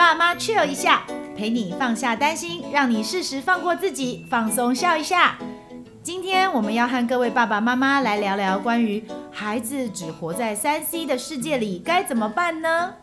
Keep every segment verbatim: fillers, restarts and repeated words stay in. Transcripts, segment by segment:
爸妈 chill 一下，陪你放下担心，让你适时放过自己，放松笑一下。今天我们要和各位爸爸妈妈来聊聊关于孩子只活在 三 C 的世界里该怎么办呢？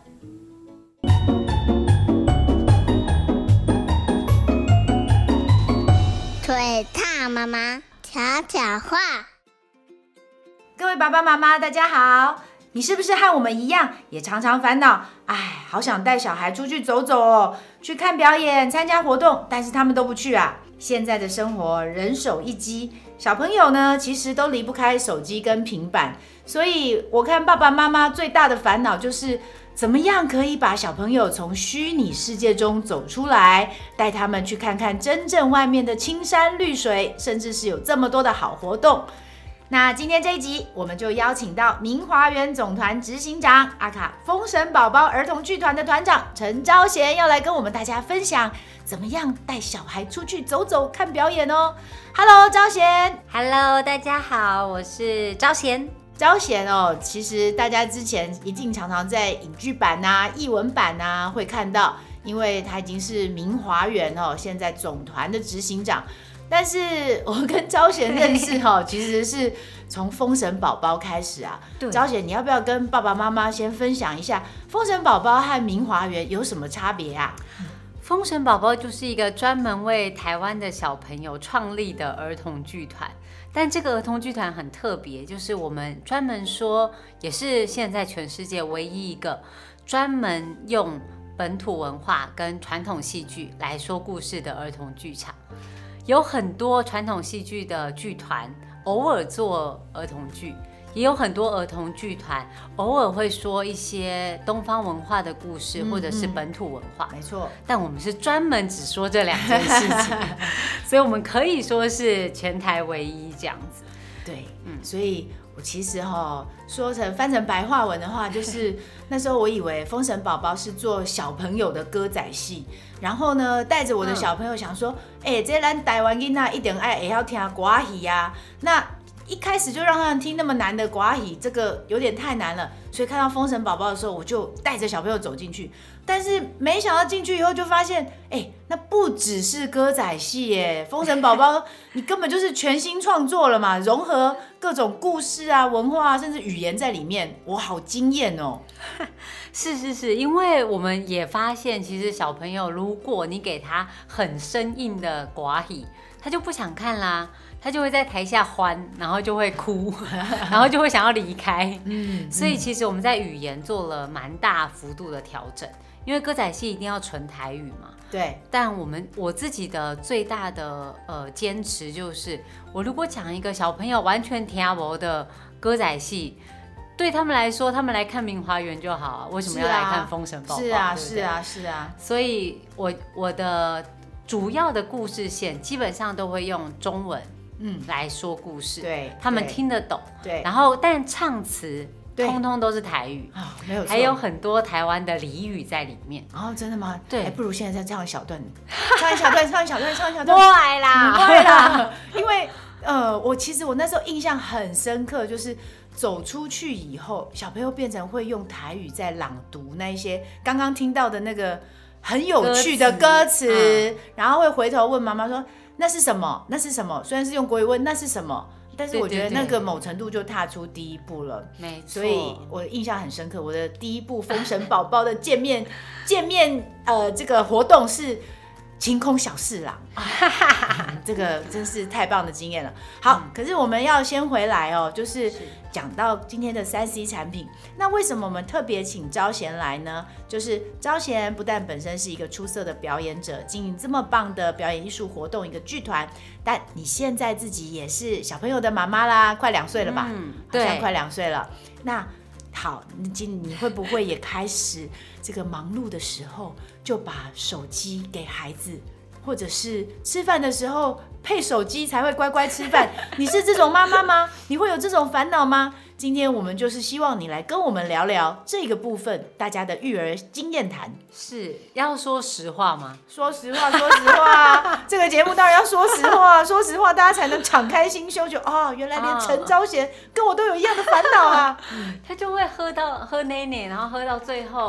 腿踏妈妈悄悄话。 各位爸爸妈妈大家好，你是不是和我们一样也常常烦恼，哎，好想带小孩出去走走哦，去看表演参加活动，但是他们都不去啊。现在的生活人手一机，小朋友呢其实都离不开手机跟平板，所以我看爸爸妈妈最大的烦恼就是怎么样可以把小朋友从虚拟世界中走出来，带他们去看看真正外面的青山绿水，甚至是有这么多的好活动。那今天这一集，我们就邀请到明华园总团执行长阿卡风神宝宝儿童剧团的团长陈昭贤，要来跟我们大家分享怎么样带小孩出去走走看表演哦。Hello， 昭贤。 Hello， 大家好，我是昭贤。 昭贤哦，其实大家之前一定常常在影剧版啊、艺文版啊会看到，因为他已经是明华园哦，现在总团的执行长。但是我跟昭贤认识哈，其实是从封神宝宝开始啊。昭贤，你要不要跟爸爸妈妈先分享一下封神宝宝和明华园有什么差别啊？ 封神宝宝就是一个专门为台湾的小朋友创立的儿童剧团，但这个儿童剧团很特别，就是我们专门说，也是现在全世界唯一一个专门用本土文化跟传统戏剧来说故事的儿童剧场。有很多传统戏剧的剧团偶尔做儿童剧，也有很多儿童剧团偶尔会说一些东方文化的故事，嗯、或者是本土文化。 没错， 但我们是专门只说这两件事情，所以我们可以说是全台唯一这样子。 对，嗯，所以我其实哈、哦、说成翻成白话文的话，就是那时候我以为封神宝宝是做小朋友的歌仔戏。然后呢，带着我的小朋友想说，哎、嗯欸，这咱台湾囡仔一定爱也要听歌戏呀。那一开始就让他们听那么难的歌戏，这个有点太难了。所以看到封神宝宝的时候，我就带着小朋友走进去。但是没想到进去以后就发现，哎、欸，那不只是歌仔戏耶，封神宝宝你根本就是全新创作了嘛，融合各种故事啊、文化啊，甚至语言在里面，我好惊艳哦。 是是是，因为我们也发现，其实小朋友如果你给他很生硬的歌戏，他就不想看啦，他就会在台下欢，然后就会哭，然后就会想要离开。嗯，所以其实我们在语言做了蛮大幅度的调整，因为歌仔戏一定要纯台语嘛。 对。 但我们我自己的最大的呃坚持就是，我如果讲一个小朋友完全听不懂的歌仔戏。对他们来说，他们来看明华园就好啊，为什么要来看封神宝宝？ 是啊， 对对是啊，是啊。 所以我我的主要的故事线基本上都会用中文嗯来说故事， 对， 他们听得懂， 对。 然后但唱词通通都是台语啊、哦，没有错， 还有很多台湾的俚语在里面。 哦，真的吗？ 对， 哎，不如现在再唱一小段，唱一小段，唱一小段，唱一小段。 我爱啦， 我爱啦，因为呃，我其实我那时候印象很深刻，就是走出去以后，小朋友变成会用台语在朗读那一些刚刚听到的那个很有趣的歌词，歌词嗯、然后会回头问妈妈说那是什么？那是什么？虽然是用国语问那是什么，但是我觉得那个某程度就踏出第一步了。 没错， 所以我印象很深刻。我的第一部封神宝宝的见面见面呃这个活动是晴空小侍郎，这个真是太棒的经验了。好，嗯、可是我们要先回来哦，就是讲到今天的 三 C 产品。那为什么我们特别请昭贤来呢？就是昭贤不但本身是一个出色的表演者，经营这么棒的表演艺术活动一个剧团，但你现在自己也是小朋友的妈妈啦，快两岁了吧？嗯，对，好像快两岁了。那好，你你会不会也开始这个忙碌的时候就把手机给孩子，或者是吃饭的时候配手机才会乖乖吃饭？你是这种妈妈吗？你会有这种烦恼吗？今天我们就是希望你来跟我们聊聊这个部分，大家的育儿经验谈。 是要说实话吗？ 说实话，说实话，这个节目当然要说实话，说实话，大家才能敞开心胸，就哦，原来连陈昭贤跟我都有一样的烦恼啊。 他就会喝到喝奶奶，然后喝到最后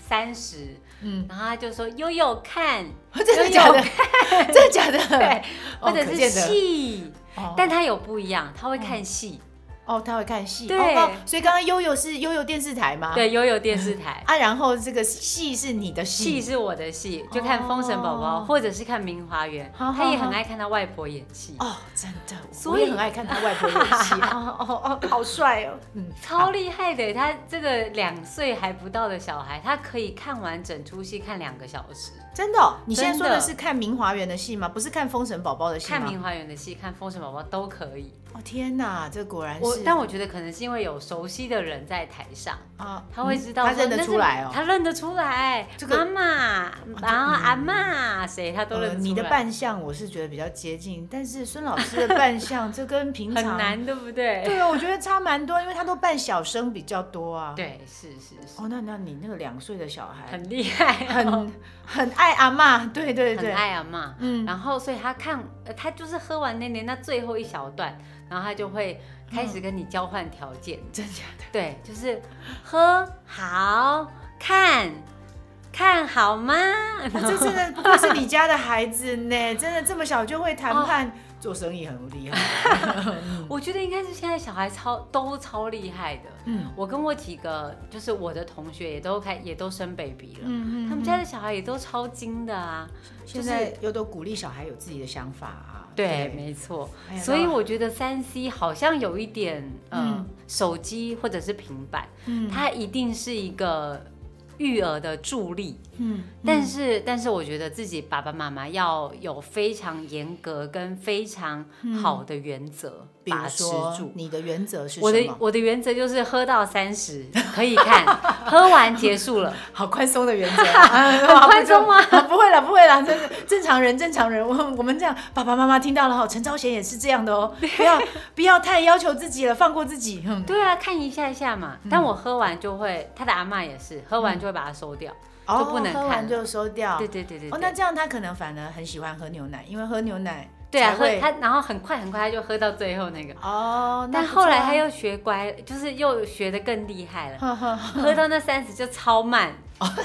三十，嗯，然后他就说悠悠看， 真的假的？真的假的？ 对，或者是戏，哦、但他有不一样，他会看戏。哦哦，他会看戏， 对、 哦哦，所以刚刚悠悠是悠悠电视台吗？ 对，悠悠电视台啊，然后这个戏是你的戏， 戏是我的戏，就看《封神宝宝》，或者是看《明华园》，他也很爱看他外婆演戏哦，真的，我也很爱看他外婆演戏，哦哦哦，好帅哦， 嗯，超厉害的，他这个两岁还不到的小孩，他可以看完整出戏看两个小时。 真的、哦？你现在说的是看明华园的戏吗？不是看封神宝宝的戏吗？ 看明华园的戏，看封神宝宝都可以。 哦天哪，这果然是。 我但我觉得可能是因为有熟悉的人在台上啊，他会知道、 嗯、他认得出来哦， 他认得出来。这个妈妈，然后阿嬷谁他都认得出来、呃。 你的扮相我是觉得比较接近，但是孙老师的扮相这跟平常很难，对不对？ 对啊，我觉得差蛮多，因为他都扮小生比较多啊。 对，是是是。 哦，那那你那个两岁的小孩很厉害、 哦，很很爱阿嬷，对对对， 很爱阿嬷。嗯，然后所以他看，他就是喝完那年那最后一小段，然后他就会开始跟你交换条件。 嗯、真假的？ 对，就是喝好看。看好吗？ 哦、这真的不愧是你家的孩子呢，真的这么小就会谈判，哦、做生意很厉害。 我觉得应该是现在小孩超都超厉害的。嗯，我跟我几个就是我的同学也都开也都生 baby 了，嗯嗯，他们家的小孩也都超精的啊。 现在又都鼓励小孩有自己的想法啊。 对，对没错。所以我觉得三 C 好像有一点，嗯，嗯手机或者是平板，嗯，它一定是一个育儿的助力，嗯，但是但是我觉得自己爸爸妈妈要有非常严格跟非常好的原则，把持住。 你的原则是什么？ 我的我的原则就是喝到三十可以看，喝完结束了。 好宽松的原则、啊， 很宽松吗？ 不会啦，不会啦，真的正常人正常人，我我们这样爸爸妈妈听到了哈，陈昭贤也是这样的哦，不要不要太要求自己了，放过自己。嗯、 对啊，看一下下嘛。但我喝完就会，他的阿嬷也是喝完就会把它收掉。嗯就不能看， 喝完就收掉。 对对对 对, 对。 哦，那这样他可能反而很喜欢喝牛奶，因为喝牛奶对啊，喝他然后很快很快他就喝到最后那个。 哦， 但后来他又学乖，就是又学得更厉害了，喝到那三十就超慢。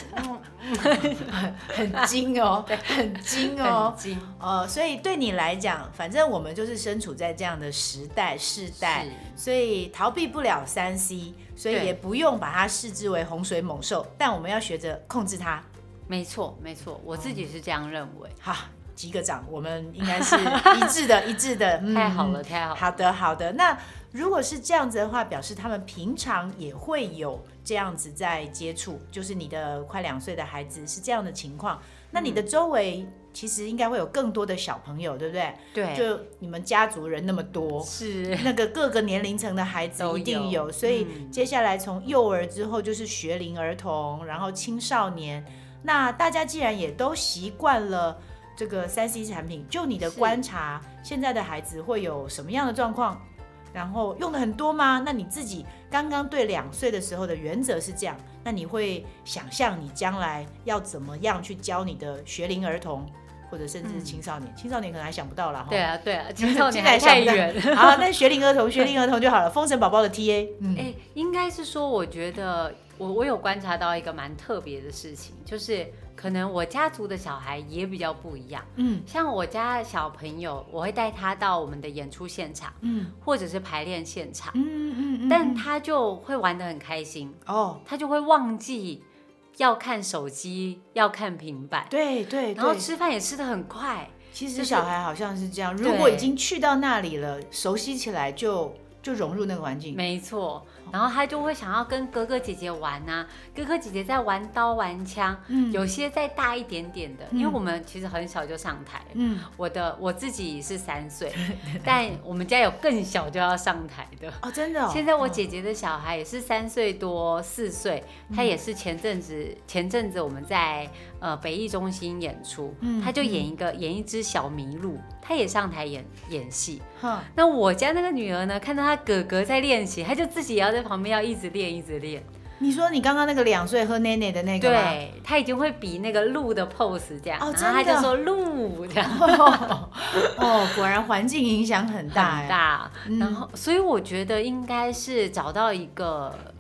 很精哦，很精哦， 很精呃，所以对你来讲，反正我们就是身处在这样的时代世代，所以逃避不了三 C， 所以也不用把它视之为洪水猛兽，但我们要学着控制它。 没错，没错，我自己是这样认为。 好，击个掌，我们应该是一致的，一致的。 嗯、太好了，太好了。 好的，好的。那如果是这样子的话，表示他们平常也会有这样子在接触，就是你的快两岁的孩子是这样的情况。那你的周围其实应该会有更多的小朋友，对不对？ 对。 就你们家族人那么多， 是那个各个年龄层的孩子一定有，所以接下来从幼儿之后就是学龄儿童，然后青少年。那大家既然也都习惯了这个三 C 产品，就你的观察，现在的孩子会有什么样的状况？然后用的很多吗？那你自己刚刚对两岁的时候的原则是这样，那你会想象你将来要怎么样去教你的学龄儿童，或者甚至青少年？嗯、青少年可能还想不到啦。 对啊，对啊，青少年还太远。 好，那学龄儿童，学龄儿童就好了。封神宝宝的 T A， 嗯， 哎、欸，应该是说，我觉得我我有观察到一个蛮特别的事情，就是可能我家族的小孩也比较不一样。嗯，像我家小朋友，我会带他到我们的演出现场，嗯，或者是排练现场，嗯嗯嗯，但他就会玩得很开心哦，他就会忘记要看手机，要看平板， 对 对, 对， 然后吃饭也吃得很快。 其实小孩好像是这样，如果已经去到那里了，熟悉起来就就融入那个环境。 没错。然后他就会想要跟哥哥姐姐玩啊，哥哥姐姐在玩刀玩枪，嗯，有些再大一点点的，嗯，因为我们其实很小就上台，嗯，我的我自己是三岁，但我们家有更小就要上台的哦，真的，哦。 现在我姐姐的小孩也是三岁多四岁，他也是前阵子前阵子我们在呃北艺中心演出，嗯，他就演一个，嗯，演一只小麋鹿，他也上台演演戏。那我家那个女儿呢，看到她哥哥在练习，她就自己也要在旁边要一直练一直练。 你说你刚刚那个两岁喝奶奶的那个吗？ 对，他已经会比那个鹿的 pose 这样， 哦， 然后他就说鹿这样。 哦, 哦，果然环境影响很大很大。然后，所以我觉得应该是找到一个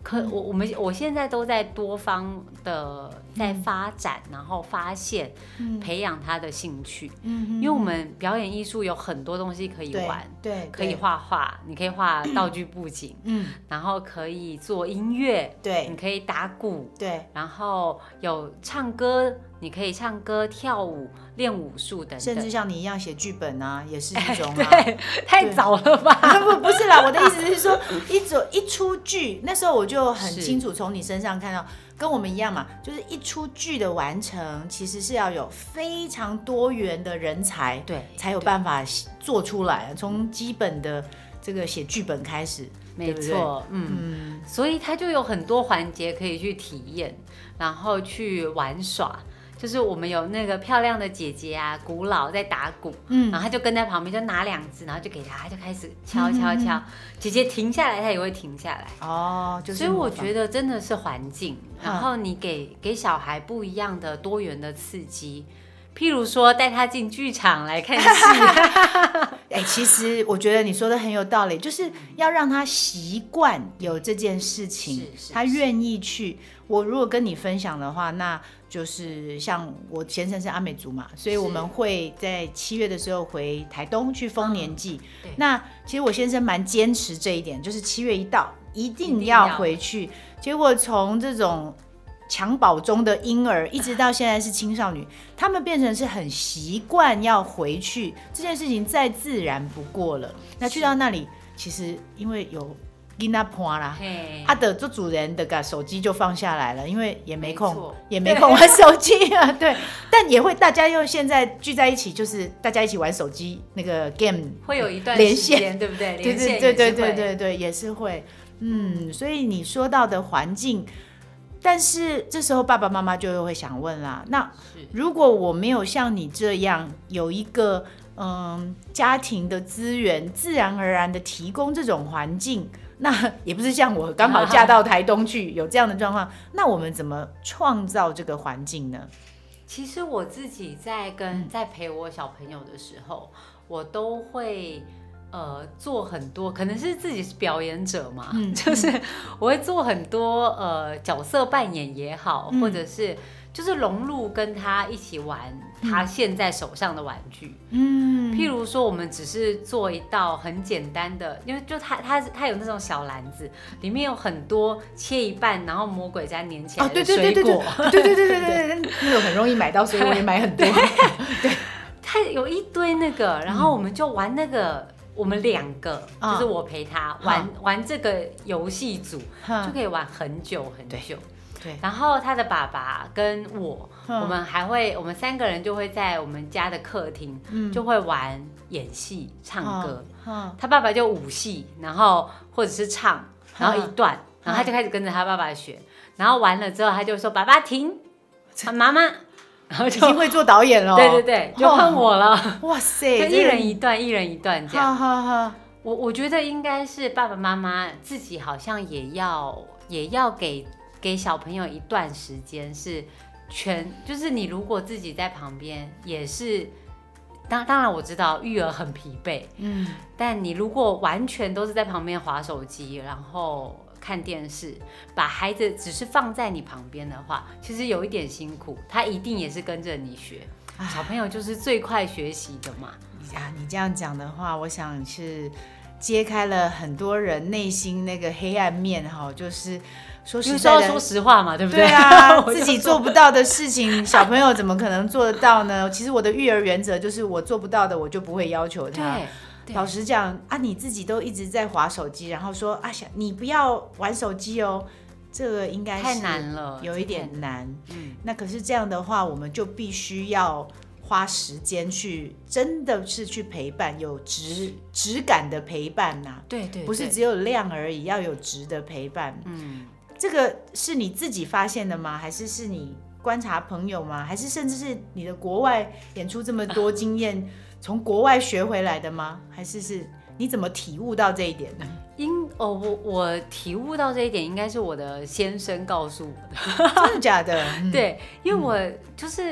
可我我们我现在都在多方的在发展，嗯、然后发现、嗯、培养他的兴趣。嗯，因为我们表演艺术有很多东西可以玩， 对，对可以画画，你可以画道具布景，嗯，然后可以做音乐， 对， 你可以打鼓， 对， 然后有唱歌。你可以唱歌、跳舞、练武术等等， 甚至像你一样写剧本啊，也是一种啊。 对，太早了吧？ 不，不是啦，我的意思是说，一种一出剧，那时候我就很清楚从你身上看到，跟我们一样嘛，就是一出剧的完成，其实是要有非常多元的人才， 对， 才有办法做出来。从基本的这个写剧本开始， 没错，嗯，嗯，所以它就有很多环节可以去体验，然后去玩耍。就是我们有那个漂亮的姐姐啊，古老在打鼓，嗯，然后他就跟在旁边，就拿两只，然后就给他，他就开始敲敲敲，嗯、姐姐停下来，他也会停下来。 哦，就是。 所以我觉得真的是环境，然后你给给小孩不一样的多元的刺激。譬如说带他进剧场来看戏， 哎、欸，其实我觉得你说的很有道理，就是要让他习惯有这件事情，他愿意去。我如果跟你分享的话，那就是像我先生是阿美族嘛，所以我们会在七月的时候回台东去丰年祭。嗯、那其实我先生蛮坚持这一点，就是七月一到一定要回去。结果从这种襁褓中的婴儿一直到现在是青少女，他们变成是很习惯要回去，这件事情再自然不过了。那去到那里，其实因为有囡仔伴啦，啊的做主人的个手机就放下来了，因为也没空，没也没空玩手机啊。对，但也会大家又现在聚在一起，就是大家一起玩手机那个 game， 会有一段时间，对不对？ 对对对对对对对，也是会。嗯，所以你说到的环境。但是这时候爸爸妈妈就会想问啦，那如果我没有像你这样有一个嗯家庭的资源，自然而然的提供这种环境，那也不是像我刚好嫁到台东去有这样的状况，那我们怎么创造这个环境呢？ 其实我自己在跟、嗯、在陪我小朋友的时候，我都会呃，做很多，可能是自己是表演者嘛，嗯、就是我会做很多呃角色扮演也好，嗯、或者是就是融入跟他一起玩他现在手上的玩具。嗯，譬如说我们只是做一道很简单的，因为就他他他有那种小篮子，里面有很多切一半，然后魔鬼再粘起来的水果。 对对对对对对，那种很容易买到，所以我也买很多。 对，他有一堆那个，然后我们就玩那个。我们两个、嗯、就是我陪他玩、嗯、玩这个游戏组、嗯、就可以玩很久很久。 对， 然后他的爸爸跟我、嗯、我们还会我们三个人就会在我们家的客厅、嗯、就会玩演戏唱歌、嗯嗯、他爸爸就舞戏，然后或者是唱，然后一段、嗯、然后他就开始跟着他爸爸学，然后完了之后他就说爸爸停，妈妈然后就已经会做导演了。 对对对，就换我了。 哇塞， 就一人一段，一人一段这样。 哈哈哈。 我我觉得应该是爸爸妈妈自己好像也要也要给给小朋友一段时间，是全就是你如果自己在旁边也是。当当然我知道育儿很疲惫，嗯，但你如果完全都是在旁边滑手机，然后看电视，把孩子只是放在你旁边的话，其实有一点辛苦，他一定也是跟着你学。小朋友就是最快学习的嘛。 啊，你这样讲的话，我想是揭开了很多人内心那个黑暗面哈，就是说实在的， 说实话嘛，对不对？ 对啊，自己做不到的事情，小朋友怎么可能做得到呢？其实我的育儿原则就是，我做不到的，我就不会要求他。老实讲啊，你自己都一直在滑手机，然后说啊，你不要玩手机哦，这个应该是太难了， 有一点难。嗯，那可是这样的话，我们就必须要花时间去，真的是去陪伴，有质质感的陪伴呐、啊。 对 对, 对， 不是只有量而已，要有质的陪伴。嗯，这个是你自己发现的吗？还是是你观察朋友吗？还是甚至是你的国外演出这么多经验？从国外学回来的吗？还是是你怎么体悟到这一点呢？ 因哦，我我体悟到这一点，应该是我的先生告诉我的。 真的假的？ 嗯、对，因为我就是、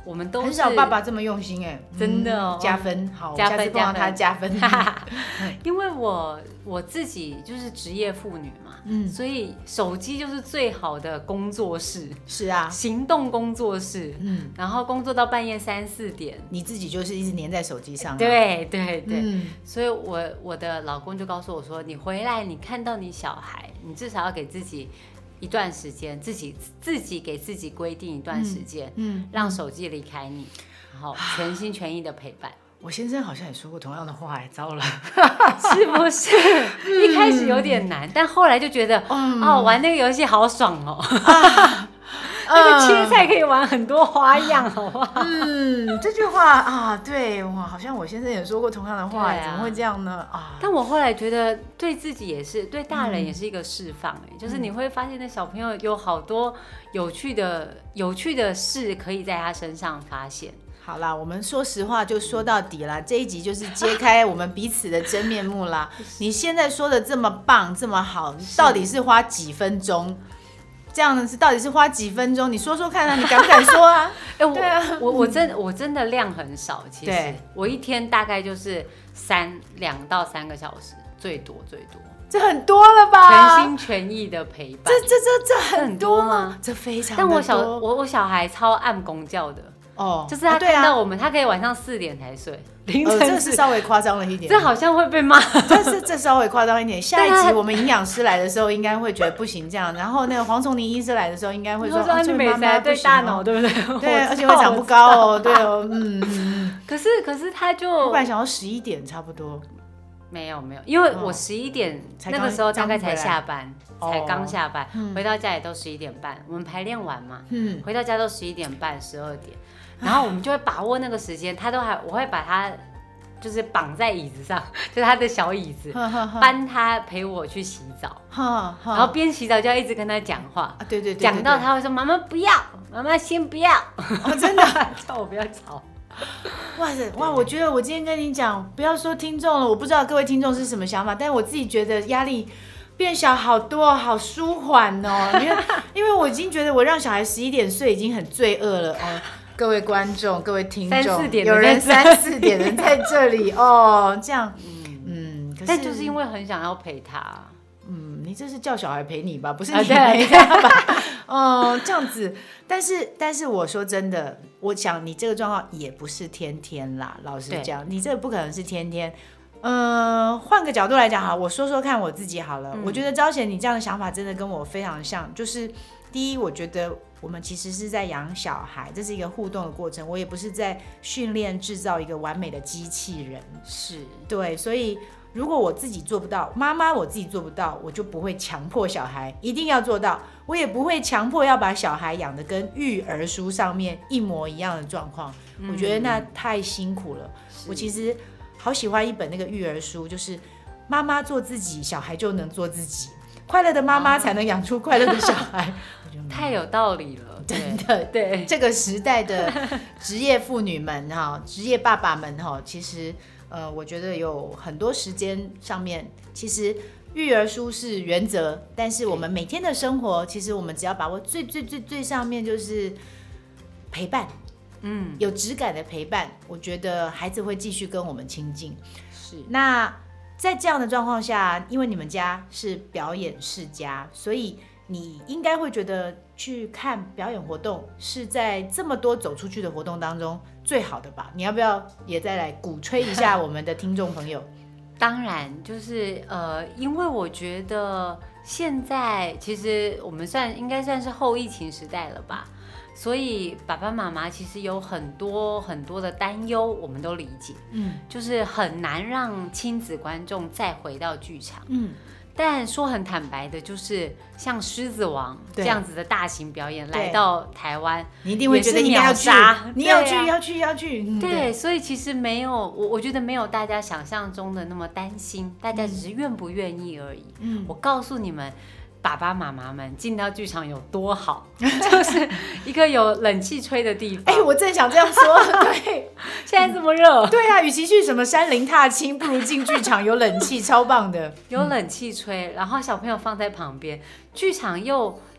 我们都是很少爸爸这么用心哎， 真的哦， 嗯、加分，好， 加分， 下次碰到他加分。 因为我我自己就是职业妇女嘛，嗯，所以手机就是最好的工作室， 是啊， 行动工作室，嗯，然后工作到半夜三四点， 你自己就是一直黏在手机上、啊， 对对对， 嗯、 所以我我的老公就告诉我说，你回来你看到你小孩，你至少要给自己一段时间，自己自己给自己规定一段时间，嗯，嗯让手机离开你，然后全心全意的陪伴。 我先生好像也说过同样的话，哎，糟了， 是不是？嗯、一开始有点难，但后来就觉得，嗯、哦，玩那个游戏好爽哦。啊那个切菜可以玩很多花样，好不好？ 嗯，这句话啊，对，哇，好像我先生也说过同样的话，啊、怎么会这样呢？啊！ 但我后来觉得，对自己也是，对大人也是一个释放、欸，嗯、就是你会发现，那小朋友有好多有趣的、有趣的事可以在他身上发现。 好啦，我们说实话就说到底啦，这一集就是揭开我们彼此的真面目啦。你现在说的这么棒，这么好，到底是花几分钟？这样的是到底是花几分钟？你说说看啊，你敢不敢说啊？ 哎、欸，我、啊、我我真我真的量很少，其实我一天大概就是三两到三个小时，最多最多。 这很多了吧？ 全心全意的陪伴， 这这这这很多吗？这非常的多。 但我小我我小孩超按公教的。哦，就是他看到我们，啊啊、他可以晚上四点才睡，凌晨、 呃、这是稍微夸张了一点， 这好像会被骂。 这是这稍微夸张一点。下一集我们营养师来的时候，应该会觉得不行这样。然后那个黄崇宁医师来的时候，应该会说：“啊，这妈妈对大脑，对不对？ 对，而且会长不高哦，对哦，嗯嗯。 可是可是他就， 我本来想要十一点差不多。” 没有没有，因为我十一点、哦、那个时候大概才下班，才刚下班，哦、回到家也都十一点半。我们排练完嘛，嗯、回到家都十一点半、十二点，然后我们就会把握那个时间。他都还，我会把他就是绑在椅子上，就是他的小椅子，搬他陪我去洗澡，然后边洗澡就要一直跟他讲话。啊、 对对对， 讲到他会说：“妈妈不要，妈妈先不要。 哦”真的叫我不要吵。 哇塞哇！我觉得我今天跟你讲，不要说听众了，我不知道各位听众是什么想法，但是我自己觉得压力变小好多，好舒缓哦。因为因为我已经觉得我让小孩十一点睡已经很罪恶了哦。各位观众、各位听众，有人三四点人在这里哦，这样嗯嗯，可是但就是因为很想要陪他。 嗯，你这是叫小孩陪你吧，不是你陪他吧？哦，这样子。但是，但是我说真的，我想你这个状况也不是天天啦。老实讲，你这个不可能是天天。嗯，换个角度来讲哈，我说说看我自己好了。嗯、我觉得昭贤你这样的想法真的跟我非常像。就是第一，我觉得我们其实是在养小孩，这是一个互动的过程。我也不是在训练制造一个完美的机器人。 是对，所以。如果我自己做不到，妈妈我自己做不到，我就不会强迫小孩一定要做到，我也不会强迫要把小孩养得跟育儿书上面一模一样的状况，嗯、我觉得那太辛苦了。我其实好喜欢一本那个育儿书，就是妈妈做自己，小孩就能做自己，快乐的妈妈才能养出快乐的小孩。 太有道理了， 真的。对这个时代的职业妇女们哈，职业爸爸们哈，其实。呃，我觉得有很多时间上面，其实育儿书是原则，但是我们每天的生活，其实我们只要把握最最最最上面就是陪伴，嗯，有质感的陪伴，我觉得孩子会继续跟我们亲近。是，那在这样的状况下，因为你们家是表演世家，所以你应该会觉得去看表演活动是在这么多走出去的活动当中最好的吧？你要不要也再来鼓吹一下我们的听众朋友？ 当然，就是呃，因为我觉得现在其实我们算应该算是后疫情时代了吧，所以爸爸妈妈其实有很多很多的担忧，我们都理解，嗯，就是很难让亲子观众再回到剧场，嗯。但说很坦白的，就是像《狮子王》这样子的大型表演来到台湾， 你一定会觉得应该要去，你要去，要去，要去。 嗯、对, 对，所以其实没有我，我觉得没有大家想象中的那么担心，大家只是愿不愿意而已。嗯，我告诉你们。爸爸妈妈们进到剧场有多好，就是一个有冷气吹的地方。 哎、欸，我正想这样说。对， 现在这么热。 对啊，与其去什么山林踏青，不如进剧场有冷气，超棒的。 有冷气吹，然后小朋友放在旁边，剧场又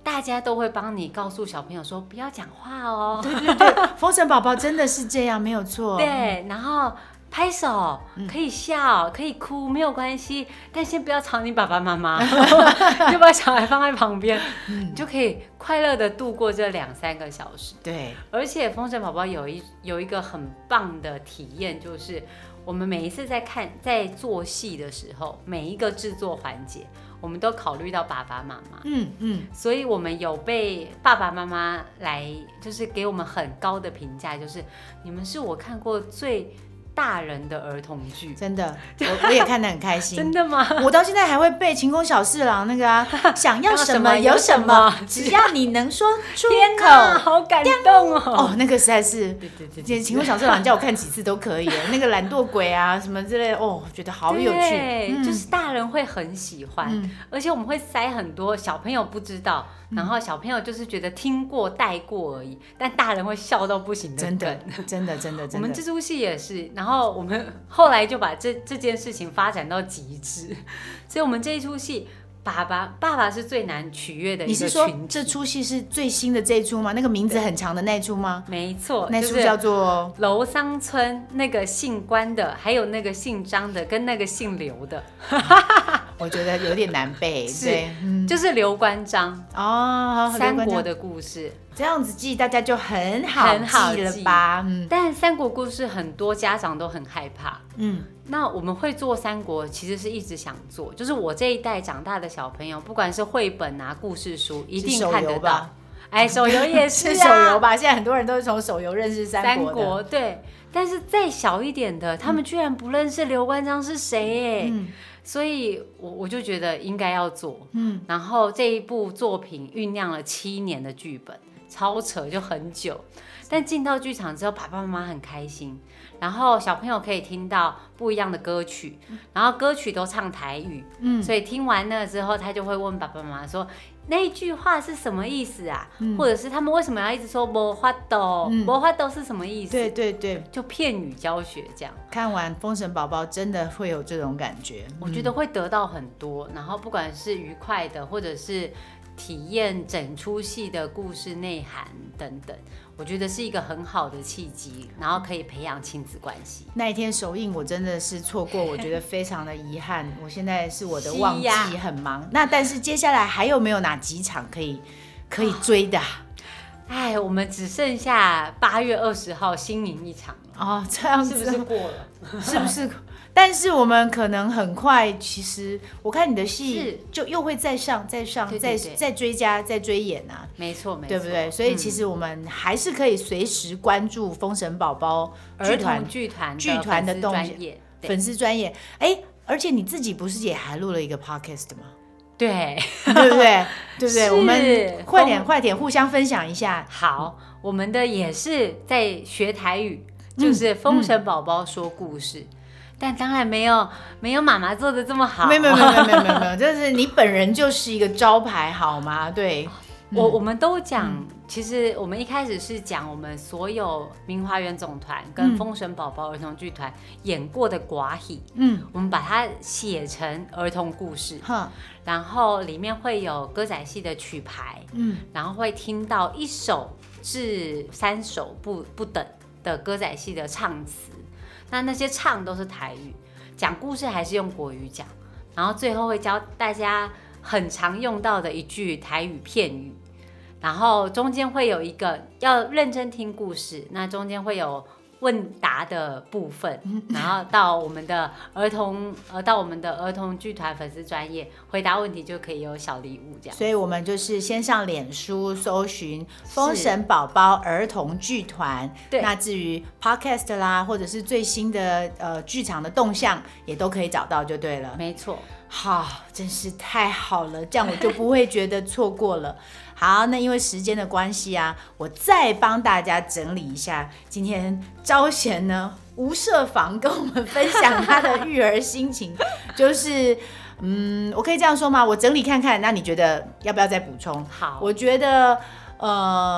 大家都会帮你告诉小朋友说不要讲话哦。 对对对，封神宝宝真的是这样，没有错。 对，然后拍手，可以笑，可以哭，没有关系，但先不要吵你爸爸妈妈，就把小孩放在旁边，嗯、你就可以快乐的度过这两三个小时。 对， 而且封神宝宝有一有一个很棒的体验，就是我们每一次在看在做戏的时候，每一个制作环节，我们都考虑到爸爸妈妈。嗯嗯，所以我们有被爸爸妈妈来，就是给我们很高的评价，就是你们是我看过最大人的儿童剧， 真的，我我也看得很开心。 真的吗？ 我到现在还会背晴空小四郎那个啊，想要什么有什么，只要你能说出口。 好感动哦！ 哦，那个实在是，对对对，晴空小四郎叫我看几次都可以。那个懒惰鬼啊什么之类的，哦，觉得好有趣。 对，嗯、就是大人会很喜欢，嗯、而且我们会塞很多小朋友不知道。然后小朋友就是觉得听过带过而已，但大人会笑到不行的梗。 真的，真的，真的，真的。 我们这出戏也是，然后我们后来就把这这件事情发展到极致，所以我们这一出戏，爸爸爸爸是最难取悦的一个群体。 你是说这出戏是最新的这一出吗？那个名字很长的那一出吗？ 没错， 那出叫做 《楼桑村》，那个姓关的，还有那个姓张的，跟那个姓刘的。 我觉得有点难背，对， 嗯、就是刘关张哦， 三国的故事， 这样子记大家就很好记了吧？ 嗯，但三国故事很多家长都很害怕，嗯，那我们会做三国，其实是一直想做，就是我这一代长大的小朋友，不管是绘本啊、故事书，一定看得到。哎，手游也是、啊、 是手游吧？现在很多人都是从手游认识三国的。 三国对，但是再小一点的，他们居然不认识刘关张是谁哎。嗯，所以我我就觉得应该要做，嗯，然后这一部作品酝酿了七年的剧本，超扯，就很久。但进到剧场之后，爸爸妈妈很开心，然后小朋友可以听到不一样的歌曲，然后歌曲都唱台语，嗯，所以听完了之后，他就会问爸爸妈妈说，那一句话是什么意思啊？嗯、或者是他们为什么要一直说没法度？没法度是什么意思？ 对对对， 就片语教学这样。 看完《封神宝宝》真的会有这种感觉， 我觉得会得到很多，然后不管是愉快的，或者是体验整出戏的故事内涵等等，我觉得是一个很好的契机，然后可以培养亲子关系。 那一天首映我真的是错过，我觉得非常的遗憾。我现在是我的旺季很忙，那但是接下来还有没有哪几场可以可以追的、啊？ 哎，我们只剩下八月二十号新营一场了哦，这样子是不是过了？ 是不是？但是我们可能很快，其实我看你的戏就又会再上、再上、对对对再再追加、再追演啊， 没错，没错， 对不对？所以其实我们还是可以随时关注封神宝宝儿童剧团剧团的动向、粉丝专业。哎，而且你自己不是也还录了一个 podcast 吗？ 对， 对不对？对不对？我们快点快点互相分享一下。 好，我们的也是在学台语，就是封神宝宝说故事。嗯嗯但当然没有没有妈妈做的这么好， 没有没有没有没有没有没有，就是你本人就是一个招牌好吗？对， 嗯、我我们都讲、嗯，其实我们一开始是讲我们所有明华园总团跟封神宝宝儿童剧团演过的寡戏，嗯，我们把它写成儿童故事，嗯、然后里面会有歌仔戏的曲牌，嗯，然后会听到一首至三首不不等的歌仔戏的唱词。那那些唱都是台语，讲故事还是用国语讲，然后最后会教大家很常用到的一句台语片语，然后中间会有一个要认真听故事，那中间会有问答的部分，然后到我们的儿童呃到我们的儿童剧团粉丝专页回答问题就可以有小礼物这样。 所以我们就是先上脸书搜寻封神宝宝儿童剧团，对，那至于 podcast 啦或者是最新的呃剧场的动向也都可以找到就对了。 没错。 好，真是太好了，这样我就不会觉得错过了。好，那因为时间的关系啊，我再帮大家整理一下。今天昭贤呢无设防跟我们分享他的育儿心情，就是嗯，我可以这样说吗？我整理看看，那你觉得要不要再补充？ 好， 我觉得呃，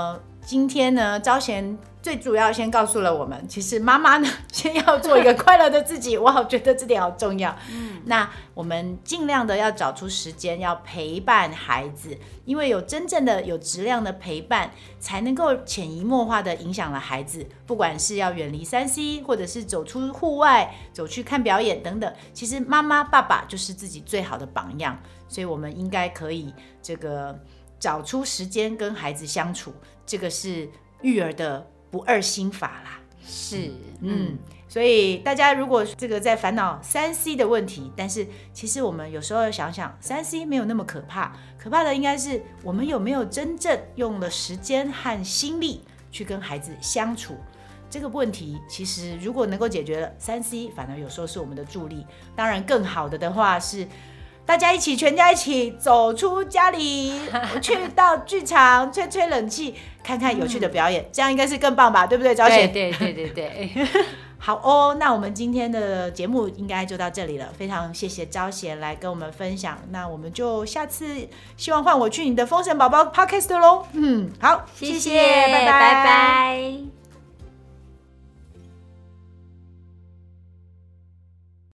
今天呢，昭贤最主要先告诉了我们，其实妈妈呢，先要做一个快乐的自己，我好觉得这点好重要。嗯，那我们尽量的要找出时间，要陪伴孩子，因为有真正的有质量的陪伴，才能够潜移默化的影响了孩子，不管是要远离三 C， 或者是走出户外，走去看表演等等。其实妈妈爸爸就是自己最好的榜样，所以我们应该可以这个找出时间跟孩子相处，这个是育儿的不二心法啦。 是， 嗯，所以大家如果这个在烦恼三 C 的问题，但是其实我们有时候想想，三 C 没有那么可怕，可怕的应该是我们有没有真正用了时间和心力去跟孩子相处。这个问题其实如果能够解决了，三 C 反而有时候是我们的助力。当然更好的的话是大家一起，全家一起走出家里，去到剧场吹吹冷气，看看有趣的表演，嗯、这样应该是更棒吧，对不对，昭贤？ 对对对对对。 好哦，那我们今天的节目应该就到这里了，非常谢谢昭贤来跟我们分享，那我们就下次希望换我去你的风神宝宝 Podcast 咯。嗯，好，谢谢， 谢谢，拜拜。拜拜。